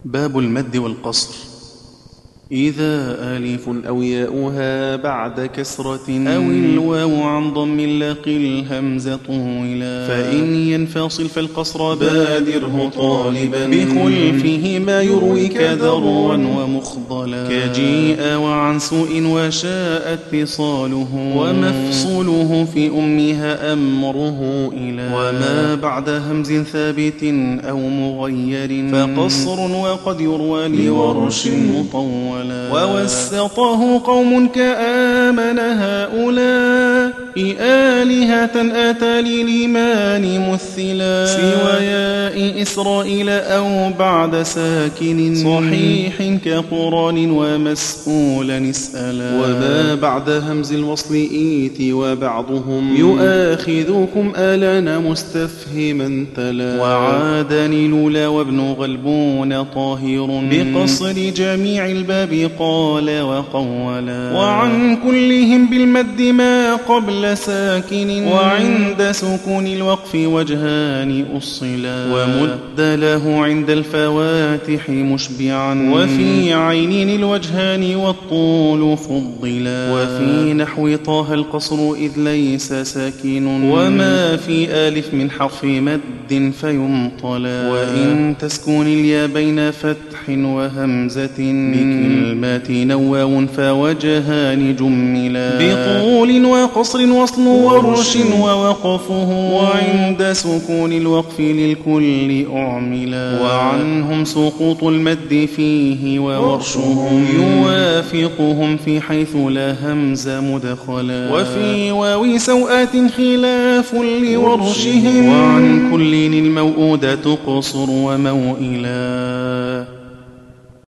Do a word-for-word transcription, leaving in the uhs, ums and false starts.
باب المد والقصر. إذا ألف أو ياؤها بعد كسرة أو الواو عن ضم لقي الهمزة طولا، فإن ينفصل فالقصر بادره طالبا، بخلفه ما يرويك ذروا ومخضلا، كجيء وعن سوء وشاء اتصاله، ومفصوله في أمها أمره إلى، وما بعد همز ثابت أو مغير فقصر، وقد يروى لورش مطول. ووسطه قوم كآمن هؤلاء آلهة أتى للإيمان مثلا، سوى ياء إسرائيل أو بعد ساكن صحيح كقران ومسؤولا اسألا، وما بعد همز الوصل إيت وبعضهم يؤاخذكم آلنا مستفهما تلا، وعادني لولا وابن غلبون طاهر بقصر جميع الباب قال وقولا، وعن كلهم بالمد ما قبل ساكن، وعند سكون الوقف وجهان أصلا، ومد له عند الفواتح مشبعا، وفي عينين الوجهان والطول فضلا، وفي نحو طه القصر إذ ليس ساكن، وما في آلف من حرف مد فيمطلا، وإن تسكن اليا بين فتح وهمزة بكلمات نواو فوجهان جملا، بطول وقصر وصل ورش ووقفه، وعند سكون الوقف للكل أعملا، وعنهم سقوط المد فيه وورشهم يوافقهم في حيث لا همز مدخلا، وفي واو سوءات خلاف لورشهم، وعن كل الموؤودة قصر وموئلا.